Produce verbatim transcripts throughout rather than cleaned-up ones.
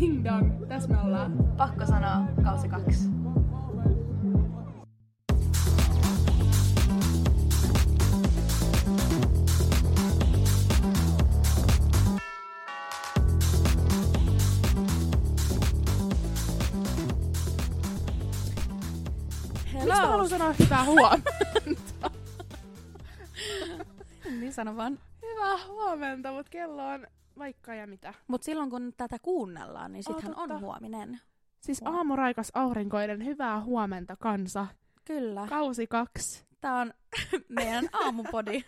Ding dong, tässä me ollaan. Pakko sanoa kausi kaksi. Miksi mä haluan sanoa hyvää huomenta? Niin sano vaan. Hyvää huomenta, mut kello on vaikka ja mitä. Mut silloin kun tätä kuunnellaan, niin sittenhän Oh, on huominen. Siis Huom- aamuraikas aurinkoinen, hyvää huomenta kansa. Kyllä. Kausi kaksi. Tää on meidän aamupodi.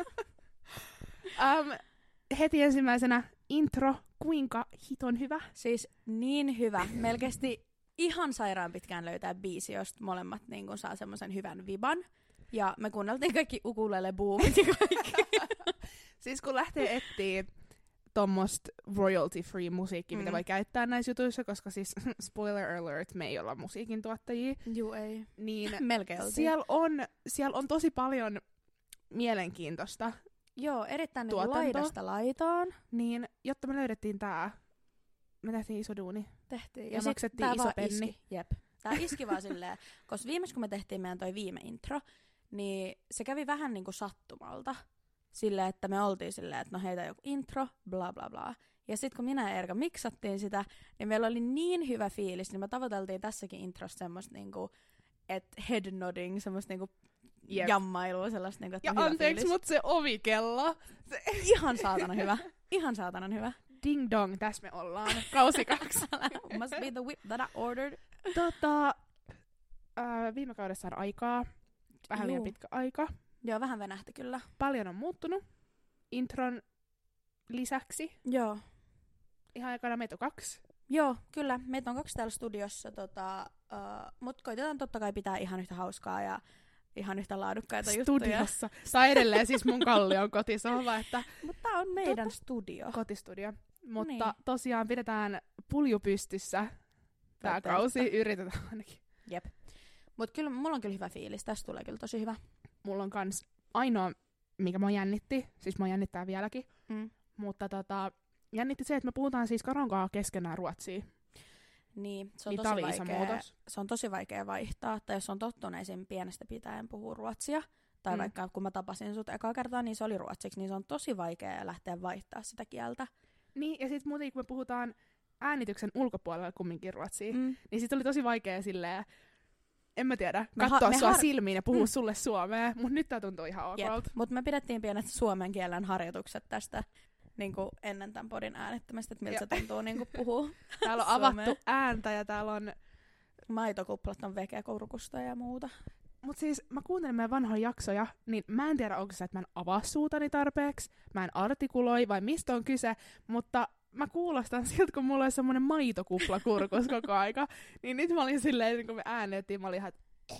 um, heti ensimmäisenä intro, kuinka hiton hyvä. Siis niin hyvä. Meillä kesti ihan sairaan pitkään löytää biisi, josta molemmat niin kun saa semmoisen hyvän viban. Ja me kuunneltiin kaikki ukulele boomit ja kaikki. Siis kun lähtee etsiä tommoista royalty-free musiikkia, mm. mitä voi käyttää näissä jutuissa, koska siis spoiler alert, me ei olla musiikin tuottajia. Juu ei. Niin melkein oltiin. Siellä on, siellä on tosi paljon mielenkiintoista. Joo, erittäin niin tuotanto. laidasta laitaan. Niin, jotta me löydettiin tää, me tehtiin iso duuni. Tehtiin. Ja, Ja, ja sit maksettiin tää iso vaan penni. Iski. Jep. Tää iski vaan silleen, koska viimeis kun me tehtiin meidän toi viime intro, niin se kävi vähän niinku sattumalta. Silleen, että me oltiin silleen, että no heitä joku intro, bla bla bla. Ja sit kun minä ja Erika miksattiin sitä, niin meillä oli niin hyvä fiilis, niin me tavoiteltiin tässäkin introssa semmoista niinku, että head nodding, semmoista niinku Yep. jammailua, sellaista niinku, että Ja on hyvä anteeksi, fiilis. mut se ovikello. Se Ihan saatana hyvä. Ihan saatana hyvä. ding dong, tässä me ollaan. Kausi kaksi. Must be the whip that I ordered. tota, äh, viime kaudessa on aikaa. Vähän liian Juu. pitkä aika. Joo, vähän venähti kyllä. Paljon on muuttunut. Intron lisäksi. Joo. Ihan aikana meitä on kaksi. Joo, kyllä. Meitä on kaksi täällä studiossa, tota, uh, mutta koitetaan totta kai pitää ihan yhtä hauskaa ja ihan yhtä laadukkaita juttuja. Studiossa. Tai edelleen siis mun kallion kotisohva, että Mutta tää on meidän studio. kotistudio. Mutta Niin. tosiaan pidetään pulju pystyssä. Tää Totta. kausi yritetään ainakin. Jep. Mut kyllä mulla on kyllä hyvä fiilis. Tästä tulee kyllä tosi hyvä. Mulla on kans ainoa, mikä mua jännitti, siis mua jännittää vieläkin, Mm. mutta tota, jännitti se, että me puhutaan siis Karonkaan keskenään ruotsia. Niin, se on, Niin tosi tää oli iso vaikea, muutos. se on tosi vaikea vaihtaa. Tai jos on tottunut esim. Pienestä pitäen puhua ruotsia, tai Mm. mm. vaikka kun mä tapasin sut ekaa kertaa, niin se oli ruotsiksi, niin se on tosi vaikea lähteä vaihtaa sitä kieltä. Niin, ja sit muuten kun me puhutaan äänityksen ulkopuolella kumminkin ruotsia, mm. Mm. niin sit oli tosi vaikea silleen, en mä tiedä, Me ha- katsoa me sua har- silmiin ja puhua Mm. sulle suomea, mut nyt tää tuntuu ihan okolta. Mutta me pidettiin pienet suomen kielen harjoitukset tästä niin kuin ennen tämän podin äänittämistä, että miltä se tuntuu niin kuin puhua. Täällä on Suomea. avattu ääntä ja täällä on... Maitokuplat on vekeä kurkusta ja muuta. Mut siis mä kuuntelin meidän vanhoja jaksoja, niin mä en tiedä onko se, että mä en avaa suutani tarpeeksi, mä en artikuloi vai mistä on kyse, mutta mä kuulostan siltä, kun mulla on semmonen maitokupla kurkus koko aika. Niin nyt mä olin silleen, kun me äänettiin, mä olin ihan,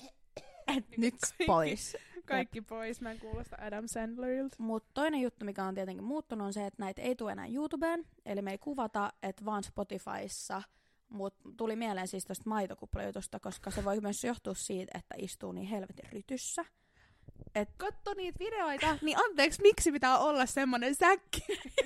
että Nyt kaikki, pois. kaikki pois, mä en kuulosta Adam Sandlerilta. Mutta toinen juttu, mikä on tietenkin muuttunut, on se, että näitä ei tule enää YouTubeen, eli me ei kuvata, että vaan Spotifyssa. Mutta tuli mieleen siis tuosta maitokuplajutusta, koska se voi myös johtua siitä, että istuu niin helvetin rytyssä. Et Katso niitä videoita, niin anteeksi, miksi pitää olla semmonen säkki?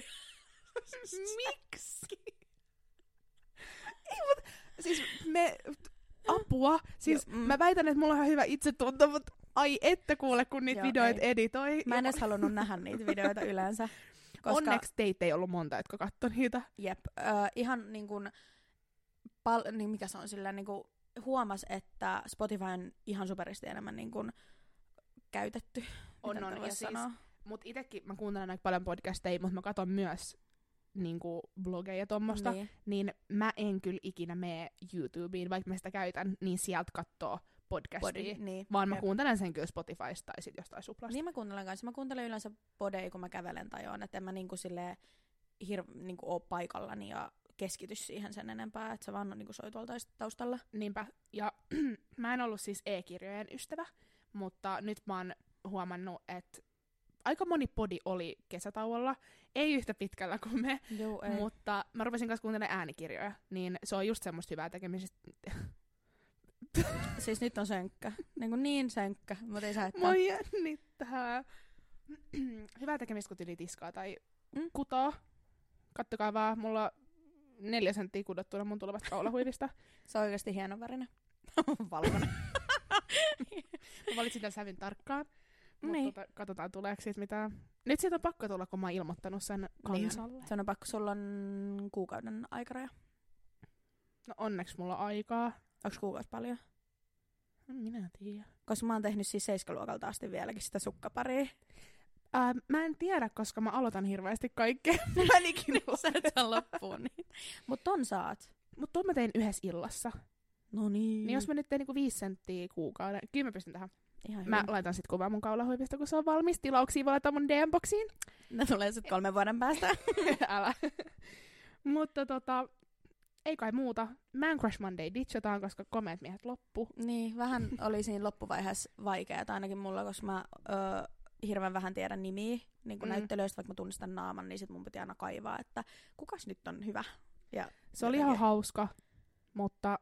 Miksi? Ei, mut, siis me, apua, siis Jo, mm. mä väitän, että mulla on ihan hyvä itsetunto, mutta ai ette kuule, kun niitä Joo, videoita ei. editoi. mä en edes halunnut nähdä niitä videoita yleensä. Koska, Onneksi teitä ei ollut monta, jotka katsoi niitä. Jep, ö, ihan niin kuin, pal- niin mikä se on sillä niin kuin huomas, että Spotify on ihan superisti enemmän niin kuin käytetty. On, Miten on, tätä ja voisi siis- sanoa? Mut itekin mä kuuntelen aika paljon podcasteja, mutta mä katson myös niinku blogeja tommosta. Niin. Niin mä en kyllä ikinä mene YouTubeen, vaikka mä sitä käytän, niin sieltä kattoo podcastia. Body, niin. Vaan mä Jep. kuuntelen sen kyllä Spotifysta tai sit jostain suplasta. Niin mä kuuntelen kanssa. Mä kuuntelen yleensä podeja, kun mä kävelen tai oon, että en mä niinku silleen hir- niinku oo paikallani ja keskity siihen sen enempää, että se vaan on niinku soi tuolla taust- taustalla. Niinpä. Ja mä en ollut siis e-kirjojen ystävä, mutta nyt mä oon huomannut, että aika moni podi oli kesätauolla. Ei yhtä pitkällä kuin me, Joo, ei. mutta mä rupesin kanssa kuuntelemaan äänikirjoja, niin se on just semmoista hyvää tekemistä. Siis nyt on sönkkä. Niinku niin sönkkä, mutta ei saa Mua jännittää. Hyvää tekemistä, kun tyli tiskaa tai Mm. kutoo. Kattokaa vaan, mulla neljä senttiä kudottuna mun tulevat kaulahuivista. Se on oikeasti hieno värinen. Valkoinen. Mä valitsin tämän sävyn tarkkaan. Niin. Mutta tota, katsotaan tuleeko siitä mitään. Nyt siitä on pakko tulla, kun mä oon ilmoittanut sen kansalle. Se on pakko, sulla on kuukauden aikaraja. No onneksi mulla on aikaa. Onks kuukausi paljon? En minä tiedä. Koska mä oon tehnyt siis seiskaluokalta asti vieläkin sitä sukkaparia. Ää, mä en tiedä, koska mä aloitan hirveästi kaikkea. Mä en ikinä Sä et saa loppuun niin. Mut ton saat. Mut ton mä tein yhdessä illassa. No niin. Niin jos mä nyt tein niinku viisi senttiä kuukauden, kyllä mä pystyn tähän. Ihan Mä hyvin. laitan sit kuvaa mun kaulahuivista, kun se on valmis. Tilauksia voi laittaa mun D M-boksiin. Ne tulee sit kolmen vuoden päästä. Älä. Mutta tota, ei kai muuta. Man Crush Monday ditchataan, koska komeat miehet loppu. Niin, vähän oli siinä loppuvaiheessa vaikeaa ainakin mulla, koska mä ö, hirveän vähän tiedän nimiä niin kuin Mm. näyttelyistä, vaikka mä tunnistan naaman, niin sit mun piti aina kaivaa, että kukas nyt on hyvä. Ja Se oli ihan hauska, mutta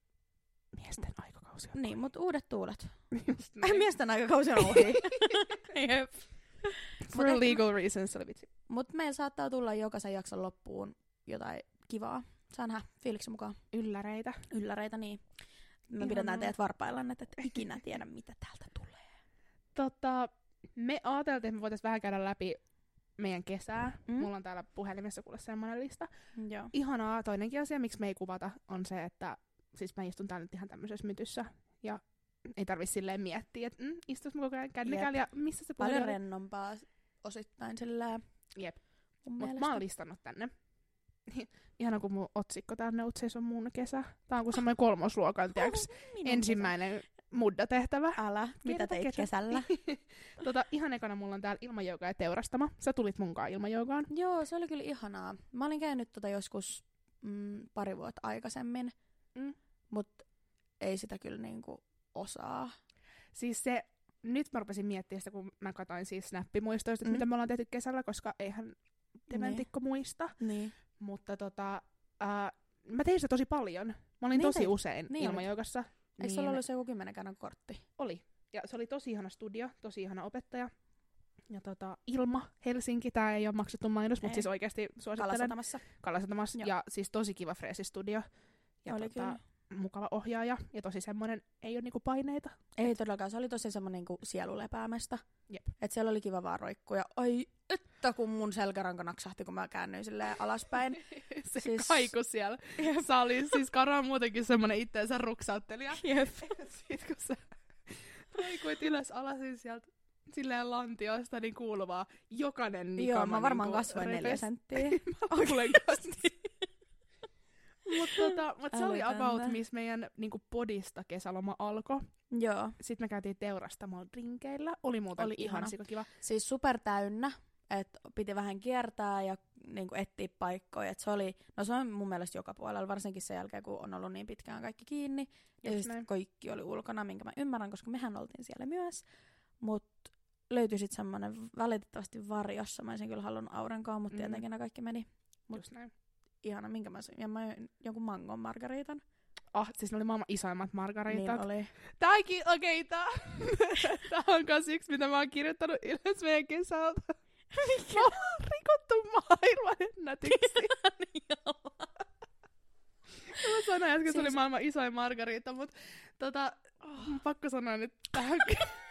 miesten aikakausi on. niin, mutta uudet tuulet. Just näin. Miesten aikakausi on ohi. Jep. For Mut legal reasons se oli vitsi. Mut meillä saattaa tulla jokaisen jakson loppuun jotain kivaa. Saa nähdä fiiliksen mukaan. Ylläreitä. Ylläreitä, niin. Me Ihanaa. pidetään teidät varpaillaan, että et ikinä tiedä, mitä täältä tulee. Tota, me ajateltiin, että me voitais vähän käydä läpi meidän kesää. Mm. Mulla on täällä puhelimessa kuule semmoinen lista. Joo. Ihanaa. Toinenkin asia, miksi me ei kuvata, on se, että siis mä istun täällä nyt ihan tämmöisessä mytyssä. Ja ei tarvi silleen miettiä, että mm, istus mä koko ajan kännykällä ja missä se puhelin Paljon oli. rennompaa osittain sillä. Jep. Mun Mut mielestä. mä oon listannut tänne. Ihana, kun mun otsikko täällä Notesissa on mun kesä. Tää on kuin semmoinen kolmosluokan, tiiäks, Minun ensimmäinen muddatehtävä. kesä. Älä, mitä Kirjoita teit kesä. kesällä? tota, ihan ekana mulla on täällä ilmajouga ja teurastama. Sä tulit munkaan ilmajougaan. Joo, se oli kyllä ihanaa. Mä olin käynyt tota joskus mm, pari vuotta aikaisemmin, Mm. mut ei sitä kyllä niinku osaa. Siis se, nyt mä rupesin miettimään sitä, kun mä katsoin siis snappimuistoista, että Mm. mitä me ollaan tehty kesällä, koska eihän dementikko muista. Niin. Mutta tota, ää, mä tein sitä tosi paljon. Mä olin Niin tosi teit. usein Niin ilmajougassa. Eikö sulla ollut se joku kymmenen kerran kortti? Oli. Ja se oli tosi ihana studio, tosi ihana opettaja. Ja tota, Ilma, Helsinki, tää ei ole maksettu mainos, mutta Ei. siis oikeesti suosittelen. Kalasatamassa. Kalasatamassa. Joo. Ja siis tosi kiva freesi studio. Ja Oli tota, kyllä. mukava ohjaaja. Ja tosi semmonen, ei ole niinku paineita. Ei todellakaan, se oli tosi semmonen niinku sielulepäämästä. Jep. Et siellä oli kiva vaan roikkua ja ai että kun mun selkäranka naksahti, kun mä käännyin silleen alaspäin. se Siis- kaiku siellä. Sä oli siis Kara on muutenkin semmonen itteensä ruksauttelija. Jep. Sit kun sä kaikuit ylös alasin sieltä silleen lantiosta, niin kuuluvaa jokainen nikama. Joo, mä varmaan niinku kasvoin neljä repes. senttiä. Mä luulen kanssa. Mut, tota, mut se oli Älytöntä. about, missä meidän niinku podista kesäloma alkoi. Joo, Sitten me käytiin teurastamolla drinkeillä. Oli muuten Oli ihan ihana. sikakiva. siis super täynnä, että piti vähän kiertää ja niinku etsiä paikkoja. Et se oli, no se on mun mielestä joka puolella, varsinkin sen jälkeen, kun on ollut niin pitkään kaikki kiinni. Ja Just sit näin. kaikki oli ulkona, minkä mä ymmärrän, koska mehän oltiin siellä myös. Mut löytyi sit semmonen valitettavasti varjossa. Mä olisin kyllä halunnut aurinkoa, mutta Mm. tietenkin ne kaikki meni. Mut- Just näin. Ihana, minkä mä söin. Ja mä join jonkun mangon margaritan. Ah, siis ne oli maailman isoimmat margaritat. Niin oli. Tääkin, okei, okay, tää, tää on kans yksi, mitä mä oon kirjoittanut ylös meidän kesältä. Mä oon rikottu maailman ennätyksiä. Mä sanoin äsken, se oli Siis- maailman isoin margarita, mut tota, oh, pakko sanoa nyt tähän.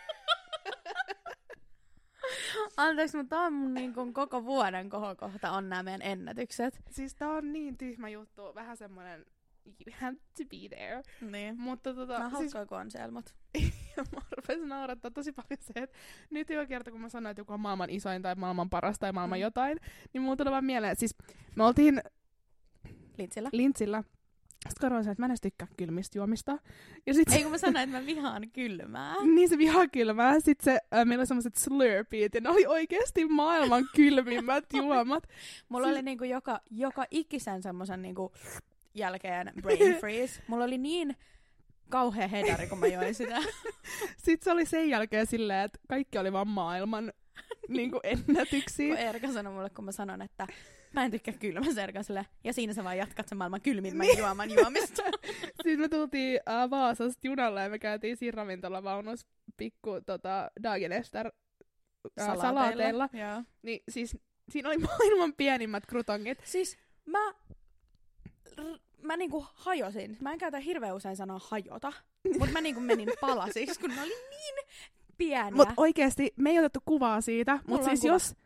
Anteeksi, mutta tää on mun niin kuin koko vuoden kohokohta on nämä meidän ennätykset. Siis tää on niin tyhmä juttu, vähän semmonen you have to be there. Niin. Mutta tota, Mä siis hauskaa, kun on siellä, mut mä rupesin naurattaa tosi paljon se, että nyt joka kerta, kun mä sanoin, että joku on maailman isoin tai maailman paras tai maailman Mm. jotain, niin mulla tuli vaan mieleen, että siis me oltiin Lintsillä. Lintsillä. Sitten Karo sanoi, että mä en edes tykkää kylmistä juomista. Ja sit Ei kun mä sanoin, että mä vihaan kylmää. niin se vihaa kylmää. Sitten se, äh, meillä oli semmoset slurpeet, ja ne oli oikeesti maailman kylmimmät juomat. Mulla Si- oli niinku joka, joka ikisen semmosen niinku jälkeen brain freeze. Mulla oli niin kauhea hedari, kun mä join sitä. Sitten se oli sen jälkeen silleen, että kaikki oli vaan maailman niinku Kun ennätyksiä. Erika sanoi mulle, kun mä sanon, että mä en tykkää kylmästä, Erika sille, ja siinä sä vaan jatkat sen maailman kylmimmän Niin. juoman juomista. Sitten me tultiin äh, Vaasasta junalla ja me käytiin siinä ravintolavaunussa pikku tota, Dagenester äh, salaateilla. Joo. Niin siis siinä oli maailman pienimmät krutongit. Siis mä r- mä niinku hajosin. Mä en käytä hirveän usein sanaa hajota, mutta mä niinku menin palasiksi, kun ne oli niin pieniä. Mut oikeesti, me ei otettu kuvaa siitä, mut siis kuva. jos...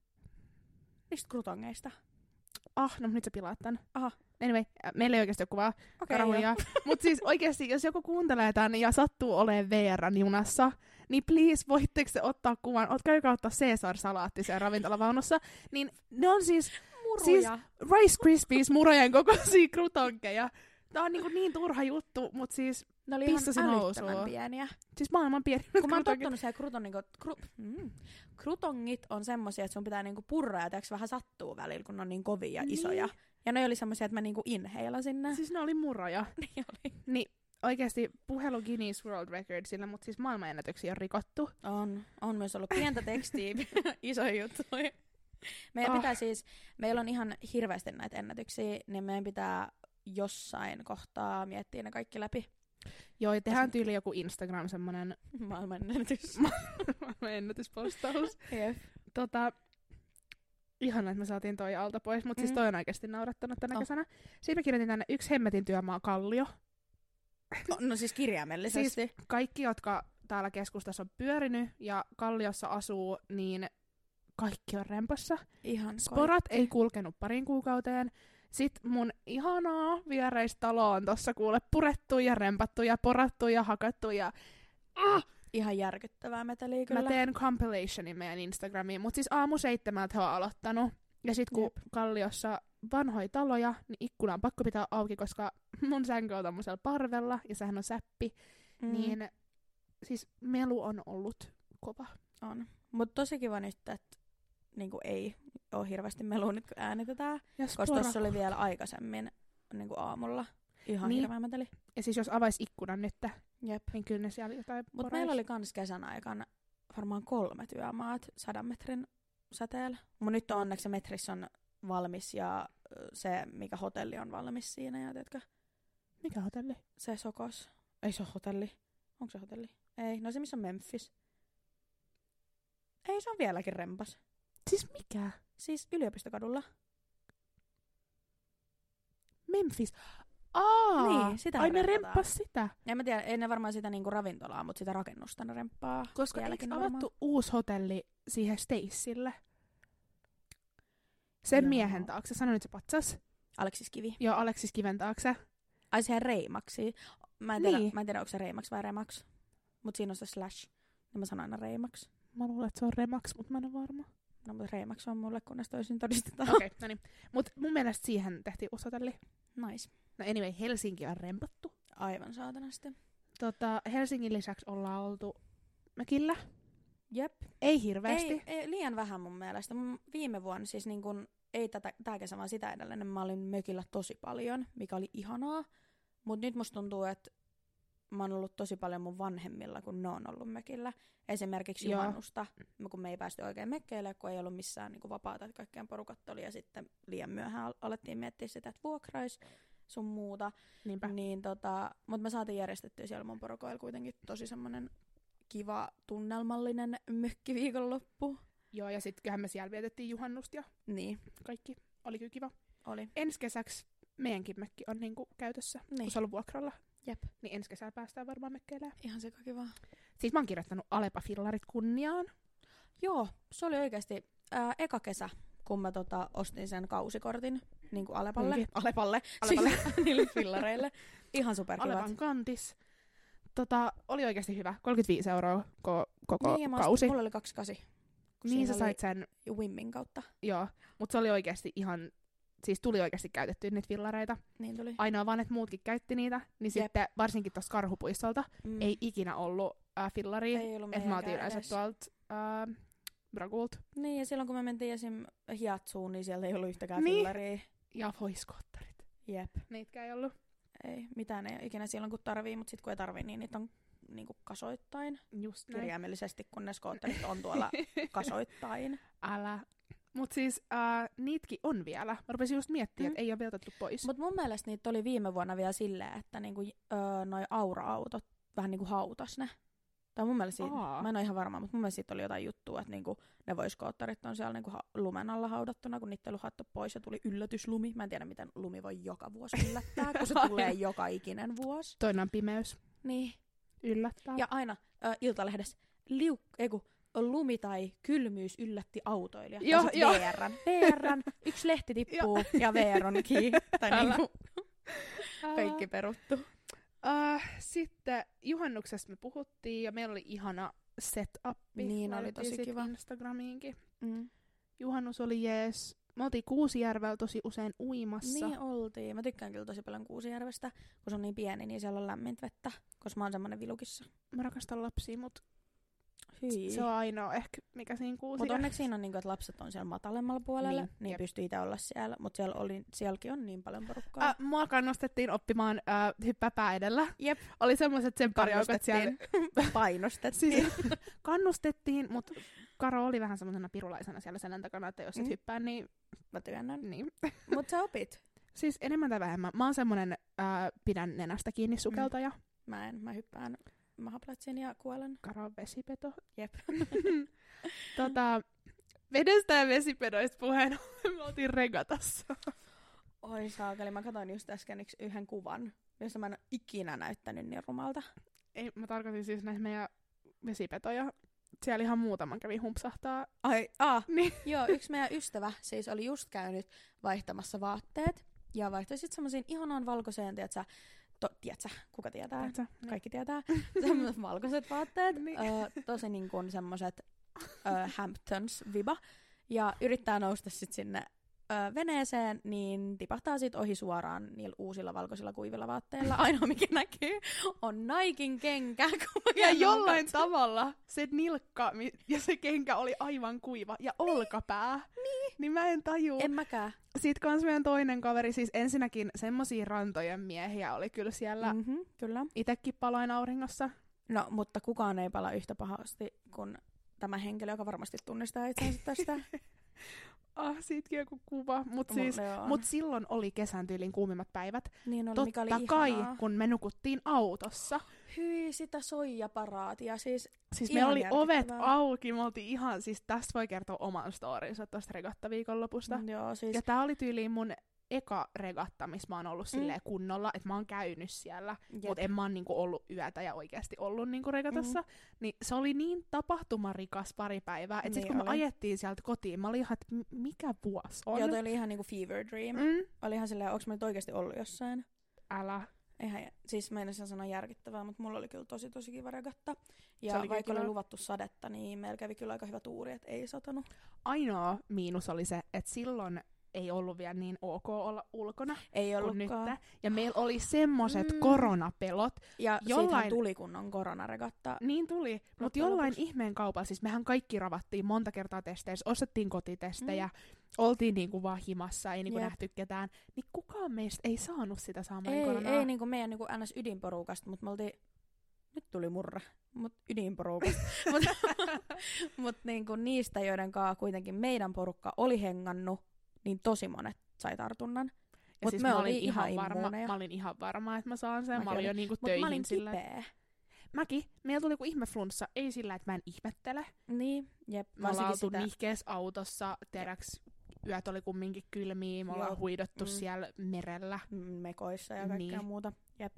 Niistä krutongeista. Ah, no nyt sä pilaat tän. Aha. Anyway, äh, meillä ei oikeesti ole kuvaa. Okei, Karhuja. Mut siis oikeesti, jos joku kuuntelee tän ja sattuu olemaan V R:n junassa, niin please, voitteko se ottaa kuvan? Ot, käykää ottaa Caesar-salaatti siellä ravintolavaunussa. Niin ne on siis, siis Rice Krispies murojen kokoisia krutonkeja. Tää on niinku niin turha juttu, mut siis ne oli pissasin ihan älyttömän housuun. pieniä. Siis maailman pienimmät Kun mä oon krutongit. tottunut siihen kruton, niinku, kru, mm, krutongit on semmosia, että sun pitää niinku purraa ja teoks vähän sattuu välillä, kun ne on niin kovia ja Niin. isoja. Ja ne oli semmosia, että mä niinku inheilasin ne. Siis ne oli muroja. Niin oli. Niin oikeesti puhelu Guinness World Recordsilla, mutta siis maailmanennätyksiä on rikottu. On. On myös ollut pientä tekstiä, isoja juttuja. Meidän Oh. pitää siis, meillä on ihan hirveästi näitä ennätyksiä, niin meidän pitää jossain kohtaa miettiä ne kaikki läpi. Joo, ja tehdään tyyli joku Instagram semmonen Maailmanennätys. ennätyspostaus. Jep. Tota, ihana, että me saatiin toi alta pois, mutta mm. siis Mm. toi on oikeesti naurattanut tänä Oh. kesänä. Sitten mä kirjoitin tänne yksi hemmetin työmaa Kallio. No, no siis kirjaimellisesti. Siis kaikki, jotka täällä keskustassa on pyörinyt ja Kalliossa asuu, niin kaikki on rempassa. ihan Sporat ei kulkenut parin kuukauteen. Sitten mun ihanaa viereistaloa on tossa kuule purettu ja rempattu ja porattu ja hakattu ja... Ah! Ihan järkyttävää meteliä kyllä. Mä teen compilationin meidän Instagramiin, mutta siis aamu seitsemältä he on aloittanut. Ja sit kun Jep. Kalliossa vanhoja taloja, niin ikkuna on pakko pitää auki, koska mun sänky on tommosella parvella ja sehän on säppi. Mm. Niin siis melu on ollut kova. On. Mut tosi kiva nyt, että niinku ei oo hirveästi melua nyt, kun äänitetään. Ja Koska spora- tossa oli vielä aikaisemmin niinku aamulla ihan Niin. hirveä meteli. Ja siis jos avais ikkunan nyt, Jep. niin kyllä ne siellä jotain Mut porais. meillä oli kans kesän aikana varmaan kolme työmaat sadan metrin säteellä. Mut nyt on onneksi se metris on valmis ja ö, se, mikä hotelli on valmis siinä. Ja tiedätkö, Mikä hotelli? se Sokos. Ei se ole hotelli. Onko se hotelli? Ei. No se, missä on Memphis. Ei, se on vieläkin rempas. Siis mikä? Siis yliopistokadulla. Memphis. Aa! Niin, sitä Ai ne rempataan. remppas sitä. En mä tiedä, ei ne varmaan sitä niinku ravintolaa, mutta sitä rakennusta ne remppaa. Koska eikö vieläkin avattu varmaan. uusi hotelli siihen Stacelle? Sen Joo. miehen taakse. Sano nyt se patsas. Aleksis Kivi. Joo, Aleksis Kiven taakse. Ai siihen Reimaksi. Mä en tiedä, Niin. mä en tiedä onko se Reimax vai Remax. Mut siinä on se slash. Ja mä sanon aina Reimax. Mä luulen, että se on Remax, mutta mä en ole varma. No mutta Reimax on mulle, kunnes toisin todistetaan. Okei, okay, no niin. Mut mun mielestä siihen tehtiin uusi hotelli. Nice. No anyway, Helsinki on rempattu. Aivan saatanasti. Tota, Helsingin lisäksi ollaan oltu mökillä. Jep. Ei hirveästi. Ei, ei, liian vähän mun mielestä. Mun viime vuonna siis niin kun, ei tätä, tää kesä vaan sitä edelleen, mä olin mökillä tosi paljon, mikä oli ihanaa. Mut nyt musta tuntuu, että mä oon ollut tosi paljon mun vanhemmilla, kun ne on ollut mökillä. Esimerkiksi Joo. juhannusta, kun me ei päästy oikein mökkeille, kun ei ollut missään niin kuin vapaata, että kaikkien porukat oli. Ja sitten liian myöhään al- alettiin miettiä sitä, että vuokrais sun muuta. Niinpä. Niin tota, mutta me saatiin järjestettyä siellä mun porukoilla kuitenkin tosi semmonen kiva tunnelmallinen mökkiviikonloppu. Joo, ja sit kyllähän me siellä vietettiin juhannusta ja Niin, kaikki. Oli kyllä kiva. oli. Ensi kesäksi meidänkin mökki on niinku käytössä, Niin. kun se on ollut vuokralla. Jep. Niin ensi kesällä päästään varmaan mökkeilemään. Ihan sikakiva. Siis mä oon kirjoittanut Alepa-fillarit kunniaan. Joo, se oli oikeasti ää, eka kesä, kun mä tota, ostin sen kausikortin niin kuin Alepalle. Niinkin. Alepalle. Alepalle. Siis niille fillareille. Ihan superkivat. Alepan kantis. Tota, oli oikeasti hyvä. kolmekymmentäviisi euroa ko- koko Niin, ja mä ostin- kausi. mulla oli kaksikymmentäkahdeksan. kun Niin siinä sä sait sen, oli Wimmin kautta. joo. Mut se oli oikeasti ihan, siis tuli oikeasti käytettyä niitä fillareita. Niin tuli. Ainoa vaan, että muutkin käytti niitä. Niin Jep. sitten varsinkin tossa Karhupuistolta Mm. ei ikinä ollut äh, fillaria. Ei ollut Että mä otin meidänkään yleensä edes. tuolta äh, Bragult. Niin, ja silloin kun me mentiin esim. Hiatsuun, niin siellä ei ollut yhtäkään Niin. fillaria. Ja voiskootterit. Jep. Niitäkään ei ollut. Ei, mitään ei ole ikinä silloin kun tarvii, mutta sitten kun ei tarvii, niin niitä on niinku kasoittain. Just näin. Kirjaimellisesti, kun ne skootterit on tuolla kasoittain. Älä. Mut siis äh, niitkin on vielä. Mä rupesin just miettimään, Mm. että ei ole vielä otettu pois. Mut mun mielestä niitä oli viime vuonna vielä silleen, että niinku, öö, noi aura-autot vähän niinku hautas ne. Tai mun mielestä siitä, Aa. mä en ole ihan varma, mutta mun mielestä siitä oli jotain juttua, että niinku ne voiskoottarit on siellä niinku ha- lumen alla haudattuna, kun niitä ei ollut haettu pois ja tuli yllätyslumi. Mä en tiedä, miten lumi voi joka vuosi yllättää, kun se tulee joka ikinen vuosi. Toinen on pimeys. Niin. Yllättää. Ja aina ö, Iltalehdessä liuk, eiku, lumi tai kylmyys yllätti autoilijat. Joo, Tai sit joo. V R:n. V R:n, yksi lehti tippuu ja V R on kiinni. Tai Älä. niinku Älä. kaikki peruttu. Uh, sitten juhannuksesta me puhuttiin ja meillä oli ihana setup. Niin, oli Laitettiin tosi sit kiva. Instagramiinkin. Mm. Juhannus oli jees. Me oltiin Kuusijärvellä tosi usein uimassa. Niin oltiin. Mä tykkään kyllä tosi paljon Kuusijärvestä. Kun se on niin pieni, niin siellä on lämmintä vettä. Koska mä oon semmonen vilukissa. Mä rakastan lapsia, mut Hyi. se on ainoa ehkä, mikä siinä Mutta Kuusijärvessä. onneksi siinä on niinku, että lapset on siellä matalemmalla puolella, Niin, niin, niin jep. pystyy itse olla siellä. Mutta siellä oli, sielläkin on niin paljon porukkaa. Äh, mua kannustettiin oppimaan äh, hyppää pää edellä. Jep. Oli semmoiset tsempparijoukot siellä. Painostettiin. Siis kannustettiin, mutta Karo oli vähän semmoisena pirulaisena siellä selän takana, että jos et Mm. hyppää, niin... Mä työnnän. niin. Mut sä opit. Siis enemmän tai vähemmän. Mä oon semmonen äh, pidän nenästä kiinni sukeltaja. Mm. Mä en. Mä hyppään mahaplatsin ja kuolen. Karo on vesipeto. Jep. tota, vedestä ja vesipedoista puheen me oltiin regatassa. Oi saakeli, mä katsoin just äsken yks- yhden kuvan, jossa mä en ole ikinä näyttänyt niin rumalta. Ei, mä tarkoitin siis näitä meidän vesipetoja. Siellä ihan muutaman kävi humpsahtaa. Ai, aa, Niin. joo, yksi meidän ystävä siis oli just käynyt vaihtamassa vaatteet. Ja vaihtoi sit semmoisiin ihanaan valkoiseen, tiiätsä, to, tiiätsä, kuka tietää? Tiedätkö? Niin. Kaikki tietää. Semmoiset valkoiset vaatteet. Niin. Ö, tosi niin kuin semmoiset ö, Hamptons-viba. Ja yrittää nousta sit sinne ö, veneeseen, niin tipahtaa sit ohi suoraan niillä uusilla valkoisilla kuivilla vaatteilla. Ainoa mikä näkyy on Naikin kenkä. Ja jollain tavalla se nilkka mi- ja se kenkä oli aivan kuiva. Ja olkapää. Niin. Niin mä en tajua. En mäkään. Sitten kans meidän toinen kaveri, siis ensinnäkin semmosia rantojen miehiä oli kyllä siellä. Mm. Mm-hmm, kyllä. Itekin paloin auringossa. No, mutta kukaan ei pala yhtä pahasti kuin tämä henkilö, joka varmasti tunnistaa itsensä tästä. Ah, siitäkin joku kuva. Mut, Mulla siis, on. mut silloin oli kesän tyylin kuumimmat päivät. Niin oli, Totta mikä oli kai, ihanaa. kun me nukuttiin autossa. Hyi, sitä soijaparaatia. Siis Siis Ihan meillä oli ovet järkyttävää. auki, me oltiin ihan, siis tästä voi kertoa oman storinsa tosta regattaviikonlopusta. Mm, joo, siis Ja tää oli tyyliin mun eka regatta, missä mä oon ollut Mm. silleen kunnolla, että mä oon käynyt siellä, jep. mutta en mä oon niinku ollut yötä ja oikeasti ollut niinku regatassa. Mm. Niin se oli niin tapahtumarikas pari päivää, että Niin sit kun me oli. ajettiin sieltä kotiin, mä olin ihan, että m- mikä vuosi on? Joo, toi oli ihan niinku fever dream. Mm. Mm. Oli ihan silleen, onks mä nyt oikeesti ollut jossain? Älä. Eihän, siis meinasin sanoa järkyttävää, mutta mulla oli kyllä tosi tosi kiva regatta. Se Ja oli kyllä vaikka kiva. oli luvattu sadetta, niin meillä kävi kyllä aika hyvä tuuri, että ei satanut. Ainoa miinus oli se, että silloin ei ollut vielä niin ok olla ulkona Ei kuin nyt. ollutkaan. Ja meillä oli semmoset Mm. koronapelot. Ja Jollain- siitähän tuli kunnon koronaregatta. Niin tuli, mutta Loppujen jollain lopuksi. ihmeen kaupalla, siis mehän kaikki ravattiin monta kertaa testeissä, ostettiin kotitestejä, mm. oltiin niinku vaan himassa, ei niinku Jep. nähty ketään, niin kukaan meistä ei saanut sitä saamaan Ei, koronaa. ei niinku meidän niinku ns. Ydinporukasta, mutta me oltiin, nyt tuli murre, mut ydinporukasta. mut mut niinku niistä, joiden kaa kuitenkin meidän porukka oli hengannut, niin tosi monet sai tartunnan. Ja Mut siis me mä olin olin ihan ihan varma, immuuneja. mä olin ihan varma, että mä saan sen. Mäkin Mä olin jo olin. niinku Mut töihin mä olin sillä. kipeä. Mäkin. Meillä tuli joku ihme flunssa. Ei sillä, että mä en ihmettele. Niin, jep. Me ollaan Varsinkin oltu sitä, nihkeessä autossa. Tiedäks, yöt oli kumminkin kylmiä. Me ollaan Joo. huidottu Mm. siellä merellä. mekoissa ja kaikkea Niin. muuta. Jep.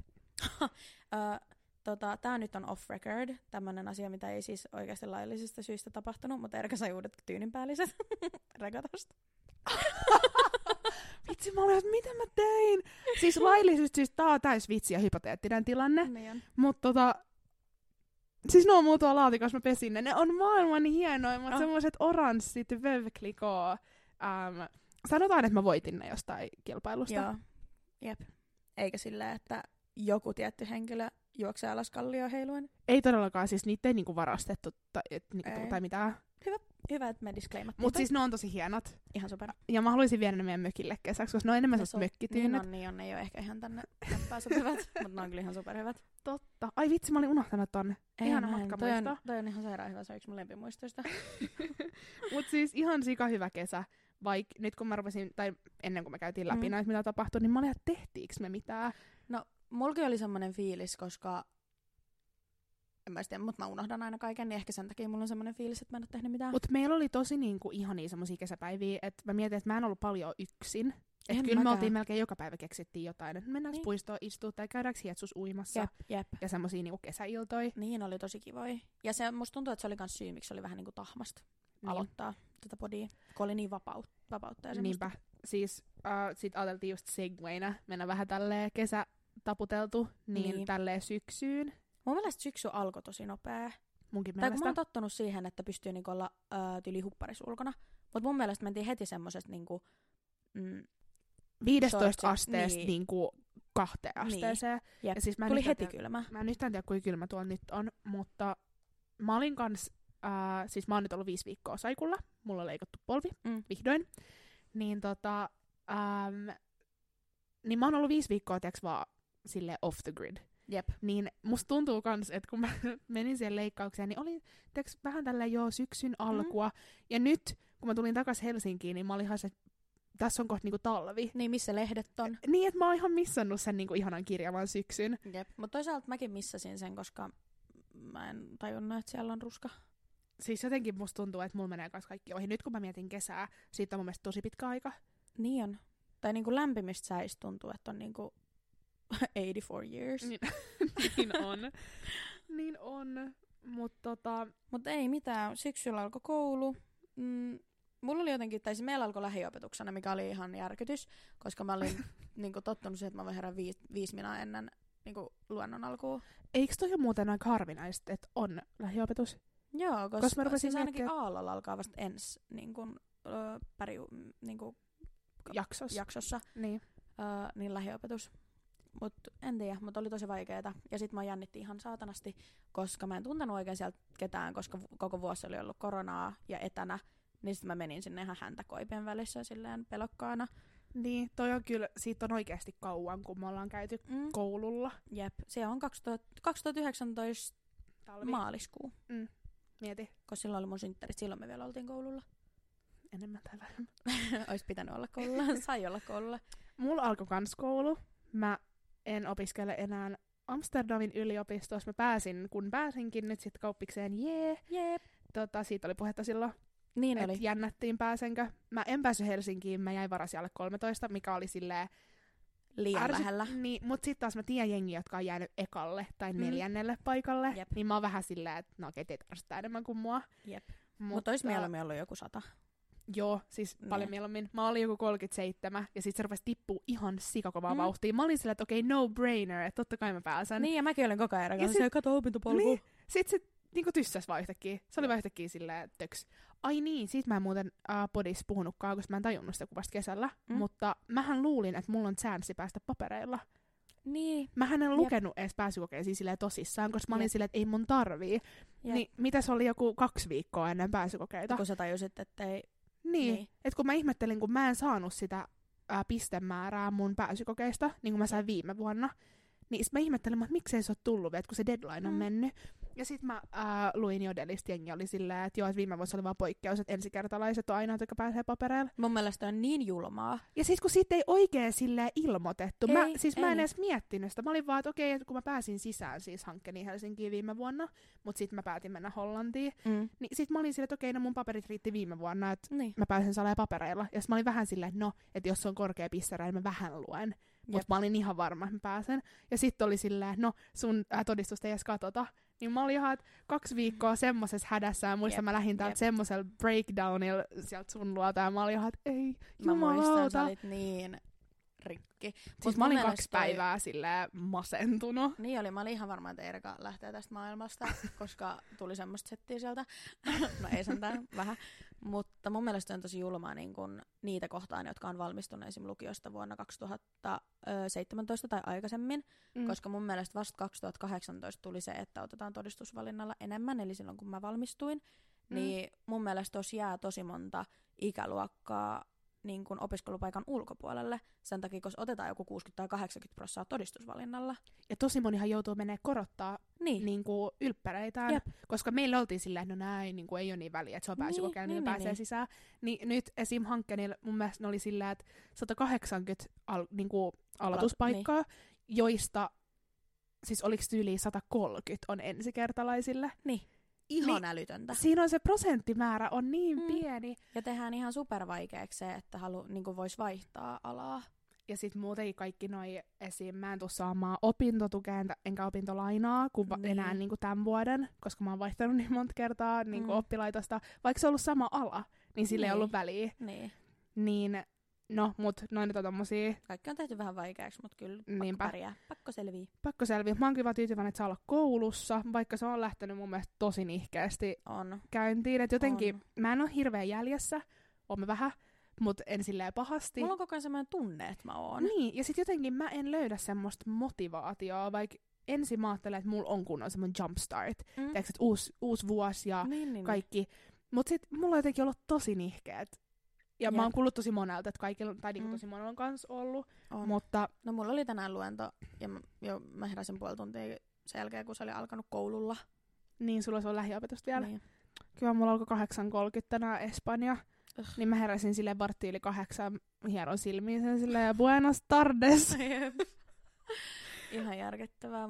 Ö, tota, tää nyt on off record, tämmönen asia, mitä ei siis oikeasti laillisista syistä tapahtunut, mutta Erika sai uudet tyynynpäälliset regatasta. Vitsi, mä olin, että mitä mä tein? Siis laillisuus, siis tää on täys vitsi ja hypoteettinen tilanne. Niin on. Mutta tota, siis ne on mulla tuolla laatikossa, mä pesin ne. Ne on maailman hienoimmat, Oh. semmoiset oranssit Veuve Clicquot. Ähm, sanotaan, että mä voitin ne jostain kilpailusta. Joo. Jep. Eikä silleen, että joku tietty henkilö juoksee alas kallioon heiluen. Ei todellakaan, siis niitä ei niinku varastettu tai, et, niinku, Ei. tai mitään. Hyvä, että me disclaimattiin. Mutta toi. siis ne on tosi hienot. Ihan super. Ja mä haluaisin viedä ne meidän mökille kesäksi, koska ne on enemmän Ne sellaiset so- mökkityynyt. Niin on, niin on. Ne ei ole ehkä ihan tänne läppää sopivat, mutta ne on kyllä ihan superhyvät. Totta. Ai vitsi, mä olin unohtanut ton. Ihana mä en. matka toi on, muistaa. toi on ihan sairaan hyvä, se on yksi mun lempimuistoista. Mut siis ihan sika hyvä kesä. Vaik nyt kun mä rupesin, tai ennen kuin me käytiin läpi Mm. näitä, mitä tapahtui, niin mä olin, että tehtiinkö me mitään? No, mulki oli semmonen fiilis, koska en mä tiedä, mutta mä unohdan aina kaiken, niin ehkä sen takia mulla on semmoinen fiilis, että mä en ole tehnyt mitään. Mut meillä oli tosi niinku ihania semmosia kesäpäiviä, että mä mietin, että mä en ollut paljon yksin. Että kyllä mäkään. me oltiin melkein joka päivä keksittiin jotain, että mennäänkö Niin. puistoon istua tai käydäänkö hietsus uimassa. Jep, jep. Ja semmosia niinku kesäiltoja. Niin oli tosi kivoja. Ja se, musta tuntuu, että se oli myös syy, miksi oli vähän niinku tahmasta Niin. aloittaa tätä podia, kun oli niin vapaut, vapautta ja semmoista. Niinpä. Siis uh, sit ajateltiin just segwayna mennä vähän tälleen kesätaputeltu, niin, Niin. tälleen syksyyn. Mun mielestä syksy alkoi tosi nopea. Munkin Tai kun mä mielestä. oon tottunut siihen, että pystyy niinku olla äh, tyli hupparis ulkona. Mutta mun mielestä mentiin heti semmosesta niinku, mm, viisitoista shortsit, asteesta niin. niinku kahteen asteeseen. jep. Ja siis mä en Tuli yhtään heti tiedä- kylmä. Mä en yhtään tiedä, kuinka kylmä tuolla nyt on, mutta mä olin kans, äh, siis mä oon nyt ollut viisi viikkoa saikulla, mulla on leikattu polvi, Mm. vihdoin. Niin tota, ähm, niin mä oon ollut viisi viikkoa, tiiäks vaan silleen off the grid. Jep. Niin musta tuntuu kans, että kun mä menin siihen leikkaukseen, niin oli tiiäks, vähän tällä jo syksyn alkua. Mm. Ja nyt, kun mä tulin takas Helsinkiin, niin mä olin ihan se, tässä on kohta niinku talvi. Niin, missä lehdet on. Niin, että mä oon ihan missannut sen niinku ihanan kirjavan syksyn. Jep. Mutta toisaalta mäkin missasin sen, koska mä en tajunnut, että siellä on ruska. Siis jotenkin musta tuntuu, että mulla menee kans kaikki ohi. Nyt kun mä mietin kesää, siitä on mun mielestä tosi pitkä aika. Niin on. Tai niinku lämpimistä säistä tuntuu, että on niinku eighty-four years. Niin, niin on. niin on. Mutta tota, Mutta ei mitään. Syksyllä alkoi koulu. Mm, mulla oli jotenkin, tai siis meillä alkoi lähiopetuksena, mikä oli ihan järkytys, koska mä olin niinku tottunut siihen, että mä voin herää viis, viisi minaa ennen niinku luennon alkuun. eikö toi ole muuten aika harvinaista, että on lähiopetus? Joo, koska, Koska mä rupesin siis ainakin miettiä- Aallolla alkaa vasta ensi niin kun, ö, päri, niin kun, Jaksossa. jaksossa Niin. ö, niin lähiopetus. Mut en tiedä, mutta oli tosi vaikeeta. Ja sit mä jännitti ihan saatanasti, koska mä en tuntenut oikein sieltä ketään, koska vu- koko vuosi oli ollut koronaa ja etänä. Niin sit mä menin sinne ihan häntäkoipien välissä silleen pelokkaana. Niin, toi on kyllä, siitä on oikeasti kauan, kun me ollaan käyty Mm. koululla. Jep, se on kaksituhatta kaksituhattayhdeksäntoista Talvi. maaliskuu, Mm. Mieti, koska silloin oli mun synttärit, silloin me vielä oltiin koululla. enemmän tai vähemmän. Ois pitänyt olla koululla, sai olla koululla. Mulla alkoi kans koulu. Mä en opiskele enää Amsterdamin yliopistossa. Mä pääsin, kun pääsinkin nyt sitten kauppikseen, jee. Jep. Tota, siitä oli puhetta silloin, Niin että oli. jännättiin pääsenkö. Mä en päässyt Helsinkiin, mä jäin varasijalle kolmetoista, mikä oli silleen Liian ärsy- lähellä. Niin, mut sit taas mä tiedän jengiä, jotka on jäänyt ekalle tai Mm. neljännelle paikalle. Jep. Niin mä oon vähän silleen, että no okei, teitä ärsyttää enemmän kuin mua. Jep. Mutta Mutta ois mieluummin ollut joku sata. Joo, siis Niin. paljon mieluummin. Mä olin joku kolmekymmentäseitsemän ja sit se rupesi tippuu ihan sikakovaa Mm. mm. vauhtia. Mä olin silleen, että okei, no brainer, että totta kai mä pääsen. Niin, ja mäkin olin koko ajan. Ja Ja sit- se kato opintopolku. Niin. Sit se niinku tyssäs vaan yhtäkkiä. Se oli vaan yhtäkkiä silleen töks. Ai niin, siitä mä en muuten uh, podissa puhunutkaan, koska mä en tajunnut sitä kuvasta kesällä. Mm. Mutta mähän luulin, että mulla on chanssi päästä papereilla. Niin. Mähän en lukenut edes pääsykokeisiin silleen tosissaan, koska mä olin Jep. silleen, että ei mun tarvii. Jep. Niin mitä se oli joku kaksi viikkoa ennen pääsykokeita? Kun sä tajusit, että ei... Niin, Niin. niin. että kun mä ihmettelin, kun mä en saanut sitä ää, pistemäärää mun pääsykokeista, niin kuin mä sain viime vuonna, niin sit mä ihmettelin, että miksei se ole tullut vielä, että kun se deadline on Mm. mennyt. Ja sit mä ää, luin Jodelista, jengi oli silleen, että joo, että viime vuosi oli vaan poikkeus, että ensikertalaiset on ainoa, jotka pääsee papereille. Mun mielestä on niin julmaa. Ja sit kun siitä ei oikein silleen ilmoitettu, mä, Ei, siis mä en ei. edes miettinyt sitä. Mä olin vaan, että okei, että kun mä pääsin sisään siis hankkeen Helsinkiin viime vuonna, mut sit mä päätin mennä Hollantiin, Mm. niin sit mä olin silleen, että okei, no mun paperit riitti viime vuonna, että Niin. mä pääsen saleen papereilla. Ja sit mä olin vähän silleen, että no, että jos se on korkea pisserä, niin mä vähän luen. Jep. Mutta mä olin ihan varma, että mä pääsen. Ja sitten oli silleen, että no, sun ää, todistusta ei edes katota. Niin mä olin ihan että kaksi viikkoa semmosessa hädässä. Ja muistan, Jep, mä lähdin täältä jep. semmosella breakdownilla sieltä sun luota. Ja mä olin ihan, että ei, Mä muistan, sä jumalauta. olit niin rikki. Siis Mut mä olin mun kaksi mielestä toi- päivää silleen masentunut. Niin oli, mä olin ihan varma, että Erika lähtee tästä maailmasta, koska tuli semmoista settiä sieltä. No ei sentään, vähän. Mutta mun mielestä on tosi julmaa niin kun niitä kohtaan, jotka on valmistunut esim. Lukiosta vuonna kaksituhattaseitsemäntoista tai aikaisemmin, Mm. koska mun mielestä vasta kaksituhattakahdeksantoista tuli se, että otetaan todistusvalinnalla enemmän, eli silloin kun mä valmistuin, Mm. niin mun mielestä tuossa jää tosi monta ikäluokkaa niin kun opiskelupaikan ulkopuolelle, sen takia, koska otetaan joku kuusikymmentä tai kahdeksankymmentä prosenttia todistusvalinnalla. Ja tosi monihan joutuu menee korottaa Niin. niin kuin ylppäreitään, Jep. koska meillä oltiin silleen, että no näin, niin kuin ei ole niin väliä, että se on Niin, pääsykokeilla, niin, niin, niin, niin, pääsee niin. sisään. Niin nyt esim. Hankkeenilla mun mielestä ne oli silleen, että sata kahdeksankymmentä al, niin kuin aloituspaikkaa, joista siis oliks tyyli sata kolmekymmentä on ensikertalaisille. Niin. Ihan Niin, älytöntä. Siinä on se prosenttimäärä on niin Mm. pieni. Ja tehdään ihan supervaikeaksi se, että halu, niin vois vaihtaa alaa. Ja sit muutenkin kaikki noi esim. Mä en tuu saamaan opintotukea enkä opintolainaa kun va- Niin. enää niinku tämän vuoden, koska mä oon vaihtanut niin monta kertaa niinku Mm. oppilaitosta. Vaikka se on ollut sama ala, niin sillä ei Niin. ollut väliä. Niin. Niin, no, mut noin nyt on tommosia Kaikki on tehty vähän vaikeaksi, mutta kyllä pakko Niinpä. pärjää. Pakko selviä. pakko selviä. Mä oon kyllä tyytyväinen, että saa olla koulussa, vaikka se on lähtenyt mun mielestä tosi nihkeästi On. käyntiin. Et jotenkin, On. mä en oo hirveän jäljessä, oon mä vähän, mut en silleen pahasti. Mulla on koko ajan semmoinen tunne, että mä oon. Niin, ja sit jotenkin mä en löydä semmoista motivaatiota, vaikka ensin mä ajattelen, että mulla on kunnon semmoinen jumpstart. Mm. Tiedätkö, että uusi, uusi vuosi ja Niin, niin, kaikki. Mut sit mulla on jotenkin ollut tosi nihkeet. Ja Jep. mä oon kuullut tosi monelta, että kaikilla, tai niinku Mm. tosi monella on kans ollut. On. Mutta No mulla oli tänään luento, ja mä, jo, mä heräsin puoli tuntia sen jälkeen, kun se oli alkanut koululla. niin, sulla se on lähiopetusta vielä. Niin. Kyllä mulla alkoi kahdeksan kolmekymmentä tänään Espanja. Ugh. Niin mä heräsin silleen vartti yli kahdeksan, hieron silmiin sen silleen, buenas tardes. Ihan järkettävää,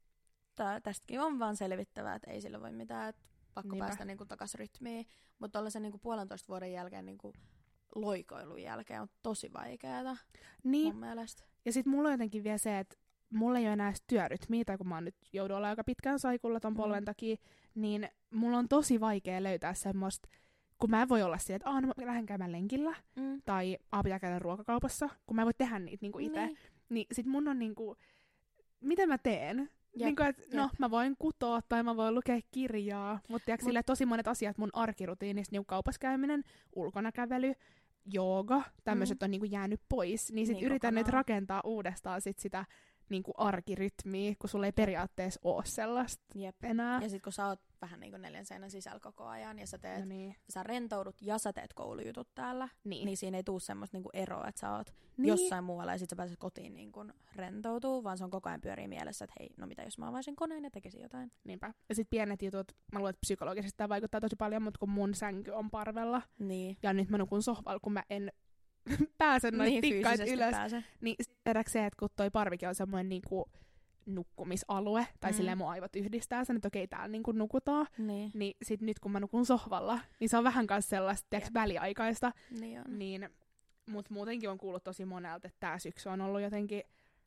mutta tästäkin on vaan selvittävää, että ei sillä voi mitään, että pakko Niinpä. päästä niinku takas rytmiin. Mutta tuollaisen niinku puolentoista vuoden jälkeen niinku loikoilun jälkeen on tosi vaikeaa Niin, mun mielestä. ja sit mulla on jotenkin vielä se, että mulla ei ole enää työrytmiä, tai kun mä oon nyt joudun olla aika pitkään saikulla ton Mm. polven takia, niin mulla on tosi vaikea löytää semmoista, kun mä en voi olla silleen, että aah, no mä lähden käymään lenkillä, Mm. tai aah, pitää käydä ruokakaupassa, kun mä en voi tehdä niitä niinku itse. Niin. Niin sit mun on niinku, mitä mä teen? Jep, Niinku, et, no, jep. mä voin kutoa tai mä voin lukea kirjaa, mutta Mut- sille tosi monet asiat mun arkirutiinista, niinku kaupassa käyminen, ulkona kävely, jooga, tämmöiset Mm. on niinku jäänyt pois, niin sit Niin, yritän nyt kokonaan. rakentaa uudestaan sit sitä niinku arkirytmiä, kun sulla ei periaatteessa oo sellaista Jep. enää. Ja sit kun sä oot vähän niinku neljän seinän sisällä koko ajan, ja sä teet, No niin. sä rentoudut ja sä teet koulujutut täällä, Niin. niin siinä ei tuu semmoista niinku eroa, että sä oot Niin. jossain muualla ja sit sä pääset kotiin niinku rentoutuu, vaan se on koko ajan pyörii mielessä, että hei, no mitä jos mä avaisin koneen ja tekisin jotain. Niinpä. Ja sit pienet jutut, mä luulen, että psykologisesti tämä vaikuttaa tosi paljon, mutta kun mun sänky on parvella, Niin. ja nyt mä nukun sohvalla, kun mä en pääse noita Niin, tikkaita fyysisesti ylös, pääse. niin tiedätkö se, että kun toi parvike on semmoinen niinku nukkumisalue, tai Mm. silleen mun aivot yhdistää sen, että okei, täällä niinku nukutaan, Niin. niin sit nyt kun mä nukun sohvalla, niin se on vähän kanssa sellaista, tiedätkö, Jep. väliaikaista, Niin on. niin, mut muutenkin on kuullut tosi monelta, että tää syksy on ollut jotenkin,